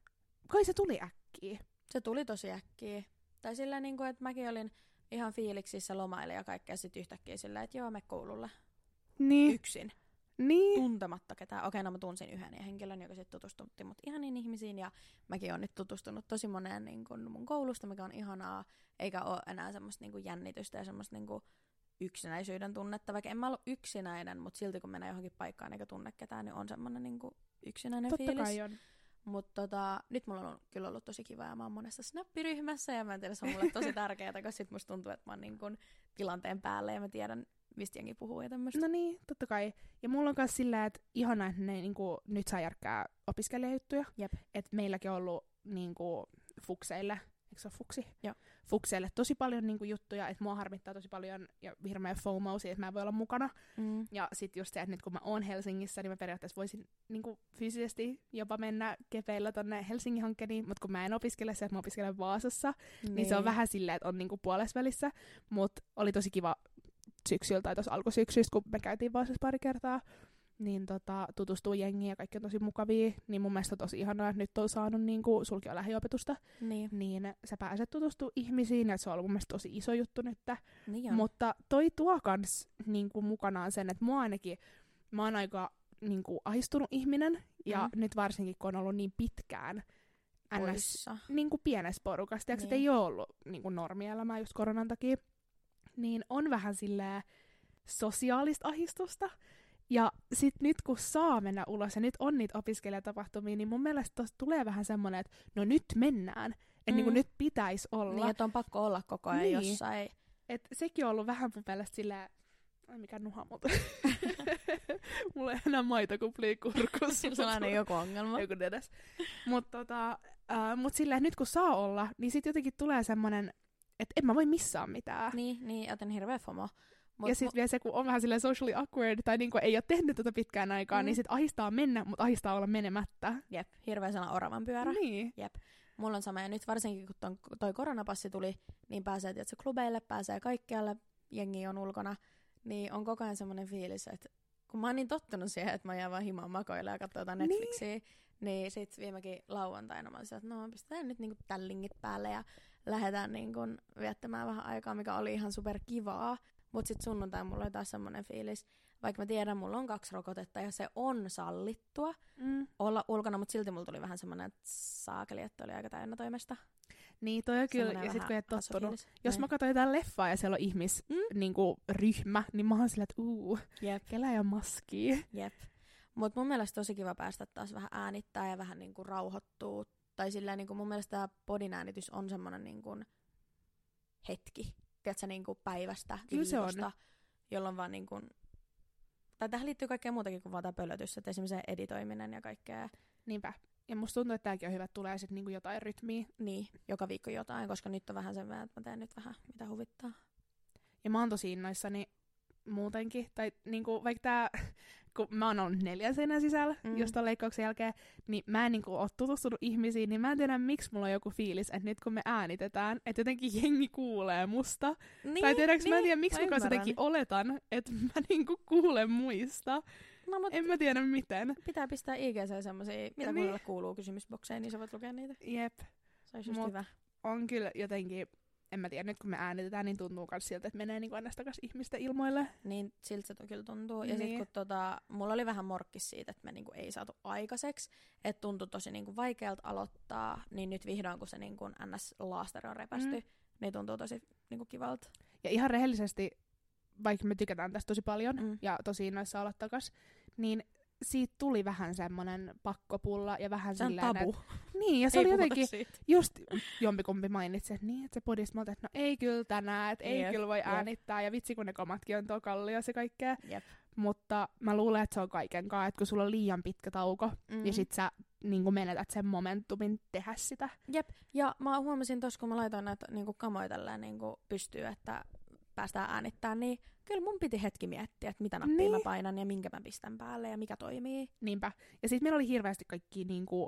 kai se tuli äkkiä. Se tuli tosi äkkiä. Tai silleen, niin kuin, että mäkin olin ihan fiiliksissä lomailla ja kaikkea sit yhtäkkiä silleen, että joo, me koululle Niin, yksin. niin, Tuntematta ketään. Okei, no mä tunsin yhden henkilön, joka sitten tutustutti mut ihaniin ihmisiin. Ja mäkin olen nyt tutustunut tosi moneen niin kun mun koulusta, mikä on ihanaa. Eikä ole enää semmoista niin kun jännitystä ja semmoista niin kun yksinäisyyden tunnetta. Vaikka en mä ollut yksinäinen, mutta silti kun menee johonkin paikkaan eikä tunne ketään, niin on semmoinen niin kun yksinäinen totta fiilis. kai on. Mutta tota, nyt mulla on kyllä ollut tosi kiva ja mä oon monessa snappiryhmässä ja mä en tiedä, se on mulle tosi tärkeää, koska sit musta tuntuu, että mä oon niin kun tilanteen päällä ja mä tiedän, mistä jengi puhuu ja tämmöstä. No niin, totta kai. Ja mulla on myös silleen, että ihanaa, että ne niinku, nyt saa järkkää opiskelijajuttuja. Jep. Että meilläkin on ollut niinku, fukseille, eikö se ole fuksi? Joo. Fukseille tosi paljon niinku, juttuja, että mua harmittaa tosi paljon ja hirveä FOMO siitä, että mä en voi olla mukana. Mm. Ja sit just se, että nyt kun mä oon Helsingissä, niin mä periaatteessa voisin niinku, fyysisesti jopa mennä kepeillä tonne Helsingin hankkeen, mutta kun mä en opiskele se, että mä opiskelen Vaasassa, niin, niin se on vähän silleen, että on niinku, puolesvälissä. Mutta oli tosi kiva syksyllä tai tuossa alkusyksystä, kun me käytiin Vaasassa pari kertaa, niin tota, tutustuu jengiin ja kaikki on tosi mukavia, niin mun mielestä on tosi ihanaa, että nyt on saanut niinku, sulki on lähiopetusta, Niin, niin sä pääset tutustumaan ihmisiin, ja se on ollut mun mielestä tosi iso juttu nyt. niin on. Mutta toi tuo kans niinku, mukanaan sen, että mua ainakin, mä oon aika niinku, ahistunut ihminen, ja Mm. nyt varsinkin kun on ollut niin pitkään ns. Poissa. Niinku, pienessä porukassa, tiiäks, Niin. et ei oo ollut niinku, normielämää just koronan takia, niin on vähän silleen sosiaalista ahdistusta. Ja sit nyt kun saa mennä ulos ja nyt on niitä opiskelijatapahtumia, niin mun mielestä tosta tulee vähän semmonen, että no nyt mennään. Että Mm. niinku nyt pitäisi olla. Niin, että on pakko olla koko ajan Niin. jossain. Et sekin on ollut vähän mun mielestä silleen, ai mikä nuha muuta. Mulla ei enää maitokuplia kurkussa. Sillä on aina joku ongelma. Joku edes. Mut, tota, äh, mut silleen, nyt kun saa olla, niin sit jotenkin tulee semmonen, että en mä voi missaa mitään. Niin, niin, joten hirveä FOMO. Mut, Ja sitten vielä se, kun on vähän silleen socially awkward, tai niinku ei ole tehnyt tätä pitkään aikaa, Mm. niin sit ahistaa mennä, mutta ahistaa olla menemättä. Jep, hirveä sana oravan pyörä. Niin. Jep. Mulla on sama, ja nyt varsinkin kun ton, toi koronapassi tuli, niin pääsee tietysti klubeille, pääsee kaikkialle, jengi on ulkona, niin on koko ajan semmoinen fiilis, että kun mä oon niin tottunut siihen, että mä jään vaan himaan makoille ja katsoo jotain Netflixiä, niin, niin sit viimekin lauantaina mä olin että no pistetään nyt niinku tällingit päälle ja lähdetään niinku viettämään vähän aikaa, mikä oli ihan super kivaa. Mut sit sunnuntai mulla oli taas semmonen fiilis, vaikka mä tiedän, mulla on kaksi rokotetta ja se on sallittua mm. olla ulkona, mutta silti mulla tuli vähän semmonen, että saakeli, että oli aika täynnä toimesta. Niin, toi on kyllä, ja sit kun et tottunut. Jos Näin. Mä katsoin jotain leffaa ja siellä on ihmisryhmä, mm? niinku, ryhmä, niin mä oon sillä, että uu, kelä ja maskii. Jep. Mut mun mielestä tosi kiva päästä taas vähän äänittää ja vähän niinku rauhoittuu. Tai silleen niinku mun mielestä tää podin äänitys on semmonen niinku hetki. Tiedätkö, niinku päivästä, viikosta, jolloin vaan niinku... Tai tähän liittyy kaikkea muutakin kuin vaan tää pölötys, että esimerkiksi se editoiminen ja kaikkea. Niinpä. Ja musta tuntuu, että tääkin on hyvä, että tulee sit niinku jotain rytmiä. Niin, joka viikko jotain, koska nyt on vähän sen vähän, että mä teen nyt vähän mitä huvittaa. Ja mä oon tosi innoissani muutenkin. Tai niinku vaikka tää, kun mä oon ollut neljän seinän sisällä mm. just ton leikkauksen jälkeen, niin mä en niinku oo tutustunut ihmisiin, niin mä en tiedä miksi mulla on joku fiilis, että nyt kun me äänitetään, että jotenkin jengi kuulee musta. Niin, tai tiedäks niin, mä en tiedä, miksi mä jotenkin oletan, että mä niinku kuulen muista. No, en mä tiedä miten. Pitää pistää I G C semmosia, mitä niin. Kuulla kuuluu kysymysbokseen, niin sä voit lukea niitä. Jep. Se olisi just hyvä. On kyllä jotenkin, en mä tiedä, nyt kun me äänitetään, niin tuntuu myös siltä, että menee niinku aina takas ihmisten ilmoille. Niin, siltä se kyllä tuntuu. Ja niin. Sit kun tota, mulla oli vähän morkkis siitä, että me niinku ei saatu aikaiseksi, että tuntui tosi niinku vaikealta aloittaa, niin nyt vihdoin, kun se niinku N S-laastari on repästy, mm. niin tuntuu tosi niinku kivalta. Ja ihan rehellisesti, vaikka me tykätään tästä tosi paljon mm. ja tosi innoissa olla takas, niin siitä tuli vähän semmonen pakkopulla ja vähän se silleen, on tabu. Et, niin, ja se ei oli jotenkin, siitä. Just jompikumpi mainitsi, että niin, että se podista, että no ei kyllä tänään, että ei yep, kyllä voi äänittää, yep. ja vitsi kun ne komatkin on tuo kalliossa ja kaikkea. Yep. Mutta mä luulen, että se on kaikenkaan, että kun sulla on liian pitkä tauko, mm-hmm. ja sit sä niin menetät sen momentumin tehdä sitä. Jep, ja mä huomasin tossa, kun mä laitoin näitä niin kamoja tälleen niin pystyy, että päästään äänittämään, niin kyllä mun piti hetki miettiä, että mitä nappia niin. mä painan ja minkä mä pistän päälle ja mikä toimii. Niinpä. Ja sit meillä oli hirveästi kaikki niinku,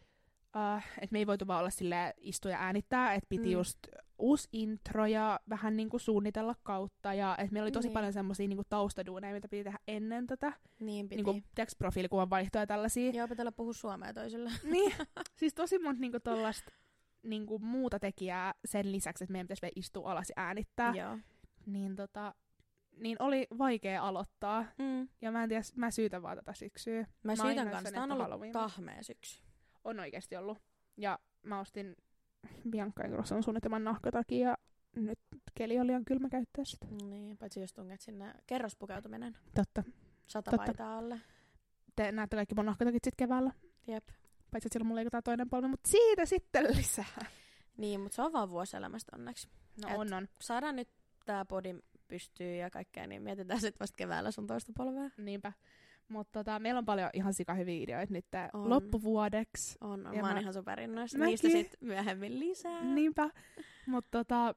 uh, että me ei voitu vaan olla silleen istua ja äänittää, että piti mm. just uusi intro ja vähän niinku suunnitella kautta. Ja että meillä oli tosi niin. paljon semmosia niinku taustaduuneja, mitä piti tehdä ennen tätä. Niin piti. Niinku teeks profiilikuvan vaihtoa ja tällaisia. Joo, pitää puhua suomea toisille. Niin. Siis tosi monta niinku tollasta niinku muuta tekijää sen lisäksi, että meidän pitäisi vielä istua alas ja äänittää. Joo. Niin tota... Niin oli vaikea aloittaa. Mm. Ja mä en tiedä, mä syytän vaan tätä syksyä. Mä syytän kanssa, tää on ollut Halloween. Tahmea syksy. On oikeesti ollut. Ja mä ostin Bianca Ingrosson suunnitelman nahkatakia ja nyt keli oli liian kylmä käyttää sitä. Niin, paitsi jos tunget sinne kerrospukeutuminen. Totta. Sata Totta. paitaa alle. Te näette kaikki mun nahkatakit sit keväällä. Jep. Paitsi että silloin mulla leikataan toinen polvi, mutta siitä sitten lisää. Niin, mutta se on vaan vuosielämästä onneksi. No Et on on. Saadaan nyt tää podi pystyy ja kaikkea, niin mietitään sitten vasta keväällä sun toista polvea. Niinpä. Mutta tota, meillä on paljon ihan sikahyviä ideoita nyt on. loppuvuodeksi. On, on. Mä oon ihan superinnoissa. Niistä sitten myöhemmin lisää. Niinpä. Mutta tota,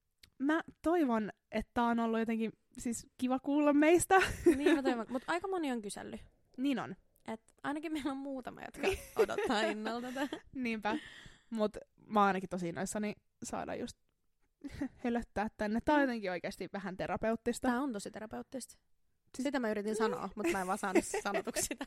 mä toivon, että tää on ollut jotenkin siis kiva kuulla meistä. Niin mä toivon, mutta aika moni on kysellyt. Niin on. Et ainakin meillä on muutama, jotka odottaa innolla tätä. Niinpä. Mutta mä oon ainakin tosi innoissani saada just hölöttää tänne. Tää on jotenkin oikeasti vähän terapeuttista. Tää on tosi terapeuttista. Sitä mä yritin sanoa, mutta mä en vaan saanut sanotuksi sitä.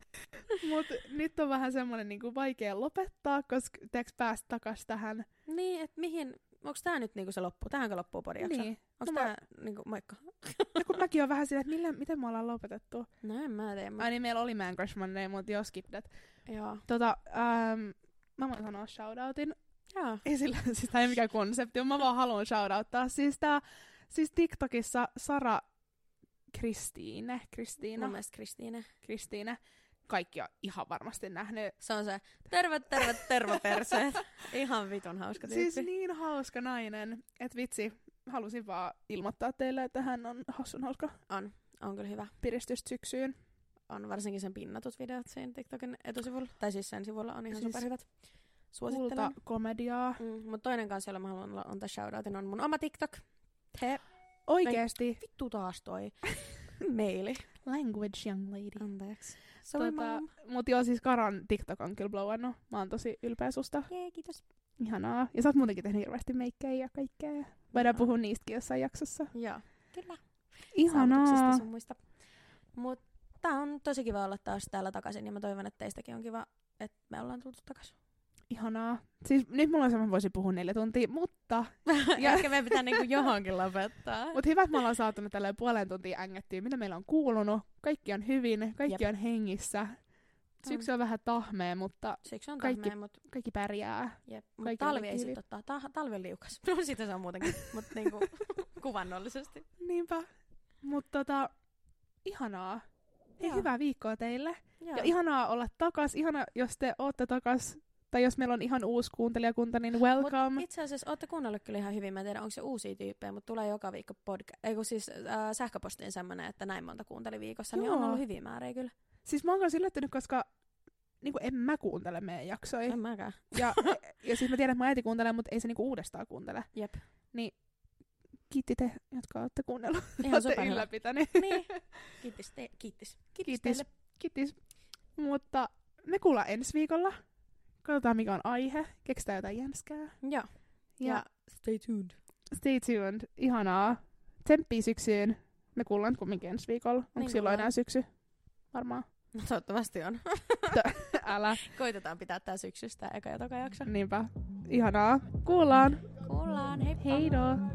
Mut nyt on vähän semmonen niinku vaikea lopettaa, koska teeks päästä takas tähän. Niin, et mihin, onks tää nyt niinku se loppu? Tähänkö loppuu podijakso? Niin. Onks no tää mä... niinku, moikka? No kun mäkin on vähän sillä, että millä, miten me ollaan lopetettu. No en mä tiedä. Ai niin, meillä oli Man Crush Monday, mut joo, skip that. Joo. Tota, ähm, mä voin sanoa shoutoutin. Joo. Ei sillä, siis tää ei mikään konsepti, mä vaan haluan shoutouttaa. Siis tää, siis TikTokissa Sara Kristiine, Kristiina. Mun mielestä Kristiine. Kristiine. Kaikki on ihan varmasti nähnyt. Se on se terve, terve, terve perseet. Ihan vitun hauska tyyppi. Siis niin hauska nainen. Et vitsi, halusin vaan ilmoittaa teille, että hän on hassun hauska. On, on kyllä hyvä. Piristystä syksyyn. On varsinkin sen pinnatut videot siinä TikTokin etusivulla. Tai siis sen sivulla on ihan siis superhyvät. Suosittelen. Kulta komediaa. Mm, mutta toinen kanssa, jolla mä haluan olla on tässä shoutoutin, on mun oma TikTok. He. Oikeesti. Vittu taas toi maili. Language young lady. Anteeksi. Sorry, tota, mom. mut joo, siis Karan TikTok on kyllä blowannut. Mä oon tosi ylpeä susta. Jee, kiitos. Ihanaa. Ja sä oot muutenkin tehnyt hirveästi meikkejä ja kaikkea. Voidaan Joo. puhua niistäkin jossain jaksossa. Joo, kyllä. Ihanaa. Saavutuksista sun muista. Mutta on tosi kiva olla taas täällä takaisin ja mä toivon, että teistäkin on kiva, että me ollaan tultu takaisin. Ihanaa. Siis nyt mulla on se, mä voisin puhua neljä tuntia, mutta... ja ehkä meidän pitää niinku johonkin lopettaa. Mut hyvä, että me ollaan saatu nyt tälleen puolen tuntia ängettyä, mitä meillä on kuulunut. Kaikki on hyvin, kaikki Jep. on hengissä. Syksy on vähän tahmea, mutta Siksi on kaikki- tahmea, mutta kaikki pärjää. jep. Mut kaikki talvi ei on sit hyvin. ottaa. Ta- talvi on liukas. No sitä se on muutenkin, mutta niinku kuvannollisesti. Niinpä. Mutta tota, ihanaa. Hei, Joo. hyvää viikkoa teille. Joo. Ja ihanaa olla takas. Ihana, jos te ootte takas. Tai jos meillä on ihan uusi kuuntelijakunta, niin welcome. Mut itse asiassa ootte kuunnellut kyllä ihan hyvin. Mä en tiedä, onko se uusia tyyppejä, mutta tulee joka viikko podca- ei, kun siis, äh, sähköpostiin semmoinen, että näin monta kuunteli viikossa. Niin on Joo. ollut hyviä määriä kyllä. Siis mä oon kanssa yllättynyt, koska niinku en mä kuuntele meidän jaksoja. En mäkään. Ja, ja siis mä tiedän, että mun äiti kuuntelee, mutta ei se niinku uudestaan kuuntele. Jep. Kiitti te, jotka olette kuunnellut. Ihan Olette superhyvä. ylläpitäneet. Niin. Kiitos, te- kiitos. Kiitos Kiitos. teille. Kiitos. Mutta me kuullaan ensi viikolla. Katsotaan mikä on aihe. Keksitään jotain jänskää. Joo. Ja, Ja stay tuned. stay tuned. Ihanaa. Tsemppii syksyyn. Me kuullaan kumminkin ensi viikolla. Onko Niin silloin kuullaan. enää syksy? Varmaan. No, toivottavasti on. Älä. Koitetaan pitää tää syksystä eka ja toka jakso. Niinpä. Ihanaa. Kuullaan. Kuullaan. Heippa. Heidoo.